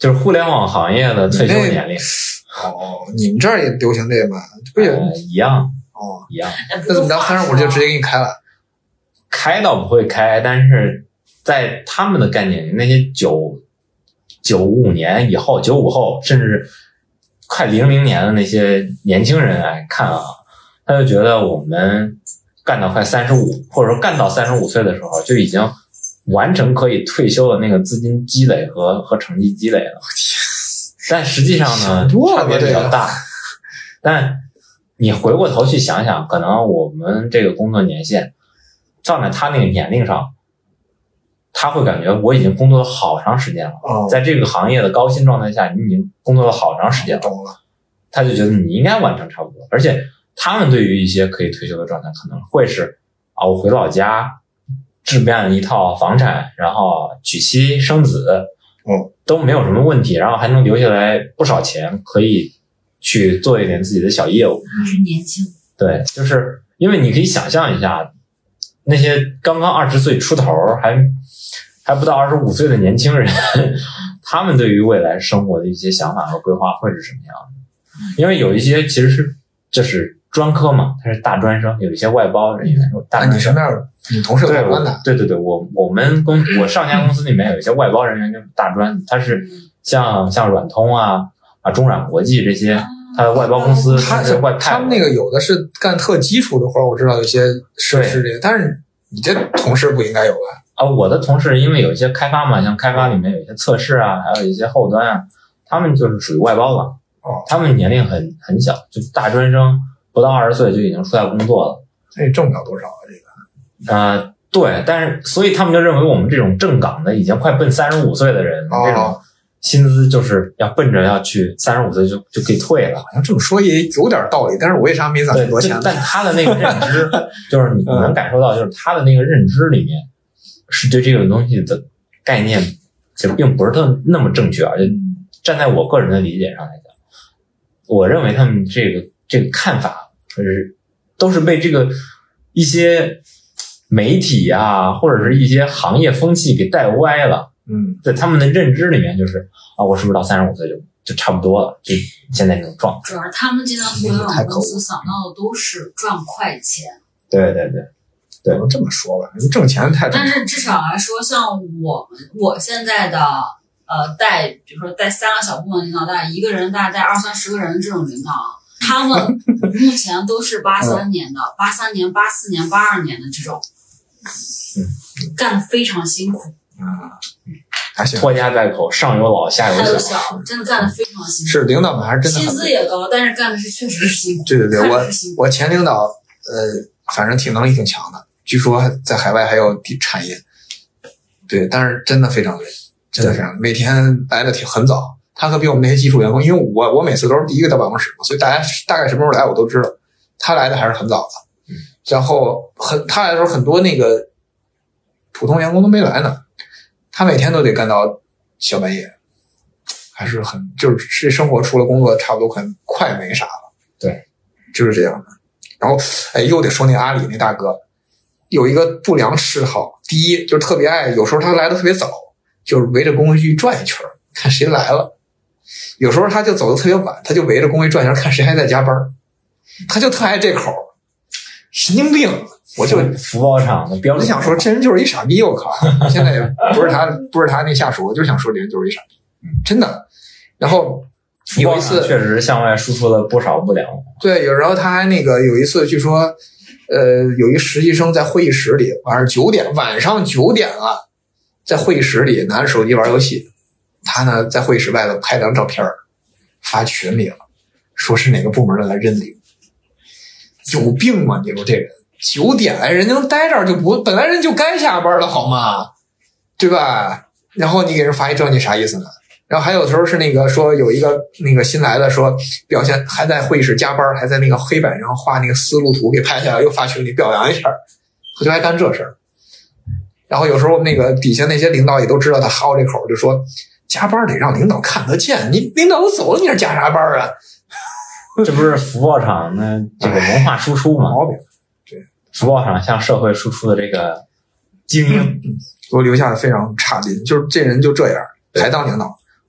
就是互联网行业的退休年龄。 哦，你们这儿也流行这个吗？不也、 呃、一样哦， 一样。 那怎么着？三十五就直接给你开了？ 开倒不会开，但是在他们的概念里，那些九九五年以后、九五后，甚至快零零年的那些年轻人来看啊，他就觉得我们干到快三十五，或者说干到三十五岁的时候，就已经完成可以退休的那个资金积累和和成绩积累了。但实际上呢，差别比较大。但你回过头去想想，可能我们这个工作年限放在他那个年龄上，他会感觉我已经工作了好长时间了， 哦、 在这个行业的高薪状态下，你已经工作了好长时间了， 懂了。 他就觉得你应该完成差不多。而且他们对于一些可以退休的状态，可能会是啊，我回老家置办一套房产，然后娶妻生子， 嗯， 都没有什么问题，然后还能留下来不少钱，可以去做一点自己的小业务。 还是年轻。 对，就是因为你可以想象一下，那些刚刚二十岁出头还还不到二十五岁的年轻人，他们对于未来生活的一些想法和规划会是什么样的？因为有一些其实是就是专科嘛，他是大专生，有一些外包人员，大专生。 你身边你同事有外专的？ 对对对，我我们公我上家公司里面有一些外包人员就是大专，他是像像软通啊啊中软国际这些。他的外包公司， 他是外派， 他们那个有的是干特基础的活，我知道有些是是这个，但是你这同事不应该有吧？ 啊，我的同事因为有一些开发嘛，像开发里面有一些测试啊，还有一些后端啊，他们就是属于外包了。 哦， 他们年龄很很小，就大专生，不到二十岁就已经出来工作了。 那挣不了多少啊，这个。 啊、呃，对，但是所以他们就认为我们这种正岗的已经快奔三十五岁的人， 哦、 这种薪资就是要奔着要去三十五岁就就可以退了。 好像这么说也有点道理，但是我为啥没攒那么多钱呢？ 但他的那个认知，就是你能感受到，就是他的那个认知里面是对这个东西的概念，其实并不是特那么正确。而且站在我个人的理解上来讲，我认为他们这个这个看法，就是都是被这个一些媒体啊，或者是一些行业风气给带歪了。 嗯， 在他们的认知里面，就是啊，我是不是到三十五岁就就差不多了？就现在这种状态。 主要他们这家互联网公司想到的都是赚快钱。 对对对，对， 这么说吧，挣钱太正常。 但是至少来说，像我们我现在的呃带，比如说带三个小部门领导，带一个人大概带二三十个人这种领导，他们目前都是八三年的、八三年、八四年、八二年的这种， 嗯， 干得非常辛苦。 啊，还行， 拖家带口，上有老下有小， 真的干得非常辛苦。 是领导们还是真的薪资也高，但是干的是确实是辛苦。 对对对，我我前领导呃，反正挺能力挺强的，据说在海外还有产业。对，但是真的非常累，真的非常累，每天来的挺很早。他可比我们那些技术员工，因为我我每次都是第一个到办公室嘛，所以大家大概什么时候来我都知道。他来的还是很早的， 嗯， 然后很他来的时候很多那个普通员工都没来呢。他每天都得干到小半夜，还是很就是这生活除了工作差不多很快没啥了。 对， 就是这样的。然后哎，又得说那阿里那大哥有一个不良嗜好，第一就是特别爱，有时候他来的特别早，就是围着工会区转一圈，看谁来了。有时候他就走的特别晚，他就围着工会转一圈，看谁还在加班。他就特爱这口，神经病。我就福宝厂的标准， 我就想说，这人就是一傻逼，我靠！现在也不是他，不是他那下属，我就想说，这人就是一傻逼，真的。然后有一次确实向外输出了不少不良。 对，有然后他还那个有一次据说，呃，有一实习生在会议室里，晚上九点，晚上九点了，在会议室里拿着手机玩游戏，他呢在会议室外头拍张照片发群里了，说是哪个部门的来认领，有病吗？你说这人？九点来，人能待这儿就不，本来人就该下班了，好吗？对吧？然后你给人发一这，你啥意思呢？然后还有时候是那个说有一个那个新来的说表现还在会议室加班，还在那个黑板上画那个思路图给拍下来，又发群里表扬一下，他就爱干这事儿。然后有时候那个底下那些领导也都知道他薅这口，就说加班得让领导看得见，你领导都走了，你这加啥班啊？ 这不是福报厂的这个文化输出吗？ 毛病。 福报厂向社会输出的这个精英， 给我留下的非常差劲，就是这人就这样，还当领导。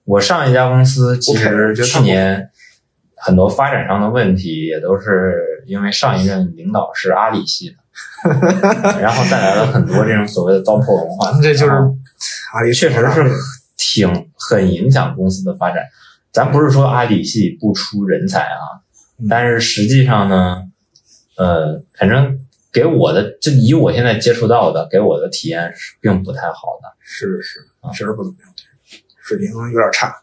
我上一家公司其实 OK， 去年很多发展上的问题也都是因为上一任领导是阿里系的，然后带来了很多这种所谓的糟粕文化。 这就是阿里确实是挺很影响公司的发展。咱不是说阿里系不出人才啊， 嗯、 但是实际上呢，呃，反正给我的，就以我现在接触到的，给我的体验是并不太好的。 是是，确实不怎么样，水平有点差。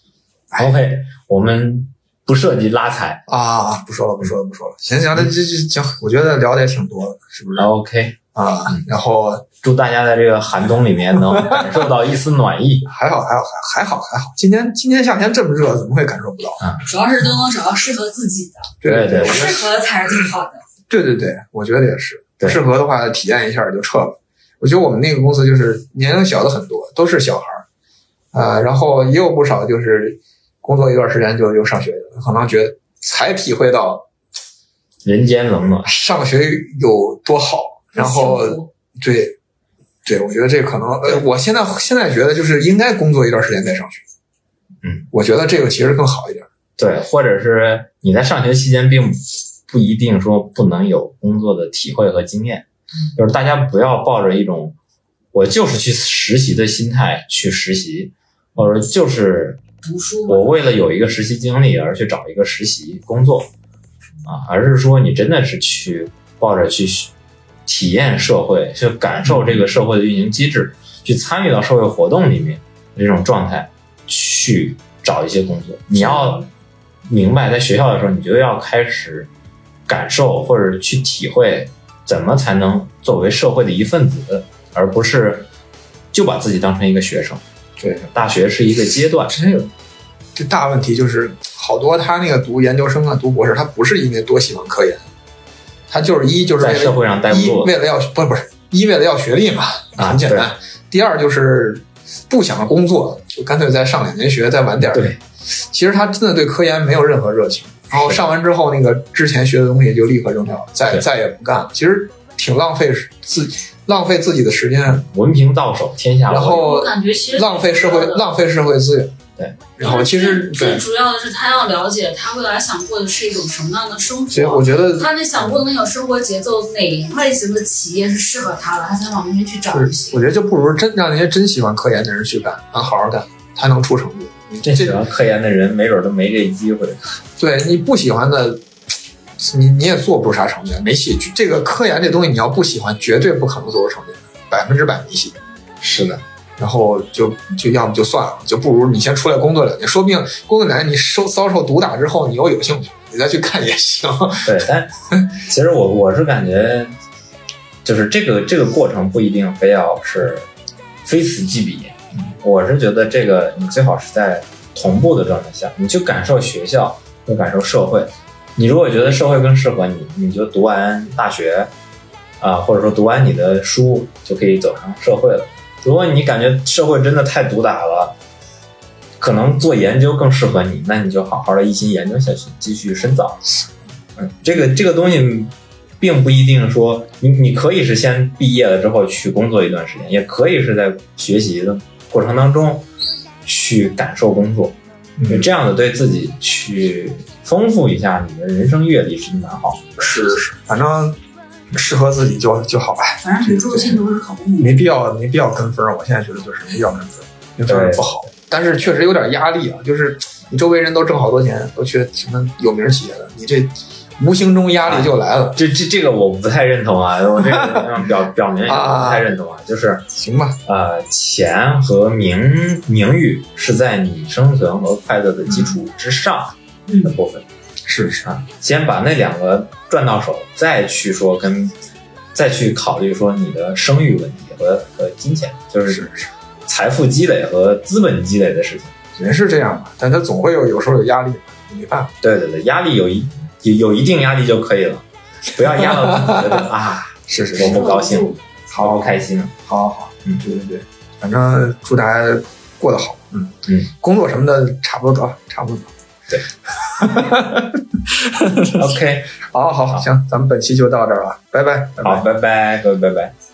OK， 我们不涉及拉踩啊，不说了，不说了，不说了。行行，那这这行，我觉得聊的也挺多的，是不是 ？OK 啊，然后祝大家在这个寒冬里面能感受到一丝暖意。 还好，还好，还好，还好。今天今天夏天这么热，怎么会感受不到？ 啊， 主要是都能找到适合自己的， 对对对， 适合才是最好的。 对对对，我觉得也是。不适合的话，体验一下就撤了。我觉得我们那个公司就是年龄小的很多，都是小孩儿，啊、呃，然后也有不少就是工作一段时间就就上学了，可能觉得才体会到人间冷暖， 上学有多好。然后对对，我觉得这可能呃，我现在现在觉得就是应该工作一段时间再上学。 嗯， 我觉得这个其实更好一点。 对，或者是你在上学期间并不一定说不能有工作的体会和经验，就是大家不要抱着一种我就是去实习的心态去实习，或者就是读书我为了有一个实习经历而去找一个实习工作啊，而是说你真的是去抱着去体验社会，去感受这个社会的运行机制，去参与到社会活动里面这种状态去找一些工作。你要明白，在学校的时候，你就要开始感受或者去体会怎么才能作为社会的一份子，而不是就把自己当成一个学生。 对， 大学是一个阶段。 真有这大问题就是好多他那个读研究生啊、读博士，他不是因为多喜欢科研，他就是一就是为了在社会上待不住， 一为了要不是不是一为了要学历嘛，很简单。 啊、 第二就是不想工作，就干脆再上两年学，再晚点。 对， 其实他真的对科研没有任何热情，然后上完之后那个之前学的东西就立刻扔掉了，再再也不干了。其实挺浪费自浪费自己的时间， 文凭到手，天下然后我感觉其实浪费社会浪费社会资源。 对， 然后其实最主要的是他要了解他未来想过的是一种什么样的生活。 所以我觉得他那想过的那种生活节奏，哪一类型的企业是适合他的，他才往那边去找就行。 我觉得就不如真让那些真喜欢科研的人去干，能好好干，才能出成绩。 真喜欢科研的人，没准都没这机会。 对，你不喜欢的，你你也做不出啥成绩，没戏。这个科研这东西，你要不喜欢，绝对不可能做出成绩，百分之百没戏。 是的。 然后就就要么就算了，就不如你先出来工作两年，说不定工作两年你受遭受毒打之后，你又有兴趣，你再去看也行。 对，但其实我我是感觉，就是这个这个过程不一定非要是非此即彼。我是觉得这个你最好是在同步的状态下，你去感受学校，去感受社会。你如果觉得社会更适合你，你就读完大学啊、呃，或者说读完你的书，就可以走上社会了。如果你感觉社会真的太毒打了，可能做研究更适合你，那你就好好的一心研究下去，继续深造。嗯，这个这个东西并不一定说你你可以是先毕业了之后去工作一段时间，也可以是在学习的过程当中去感受工作，嗯、这样的对自己去丰富一下你的人生阅历是蛮好的。 是是，反正适合自己就就好吧。 反正读书进度是考公没必要没必要跟风，我现在觉得就是没必要跟风，跟风不好。但是确实有点压力啊，就是你周围人都挣好多钱，都去什么有名企业的，你这无形中压力就来了。 啊、这这这个我不太认同啊，我这个表表明一下，我不太认同啊。就是行吧， 呃，钱和名名誉是在你生存和快乐的基础之上的部分。 嗯是是啊，先把那两个赚到手，再去说跟，再去考虑说你的生育问题和和金钱，就是财富积累和资本积累的事情。 人是这样吧，但他总会有有时候有压力，没办法。 对对对，压力有一有有一定压力就可以了，不要压到自己觉得啊， 是是我不高兴， 好好开心， 好好好，嗯，对对对，反正祝大家过得好，嗯嗯， 工作什么的差不多得，差不多得。 对，OK， 好好好，行，咱们本期就到这儿了，拜拜，拜拜好，拜拜，各位，拜拜。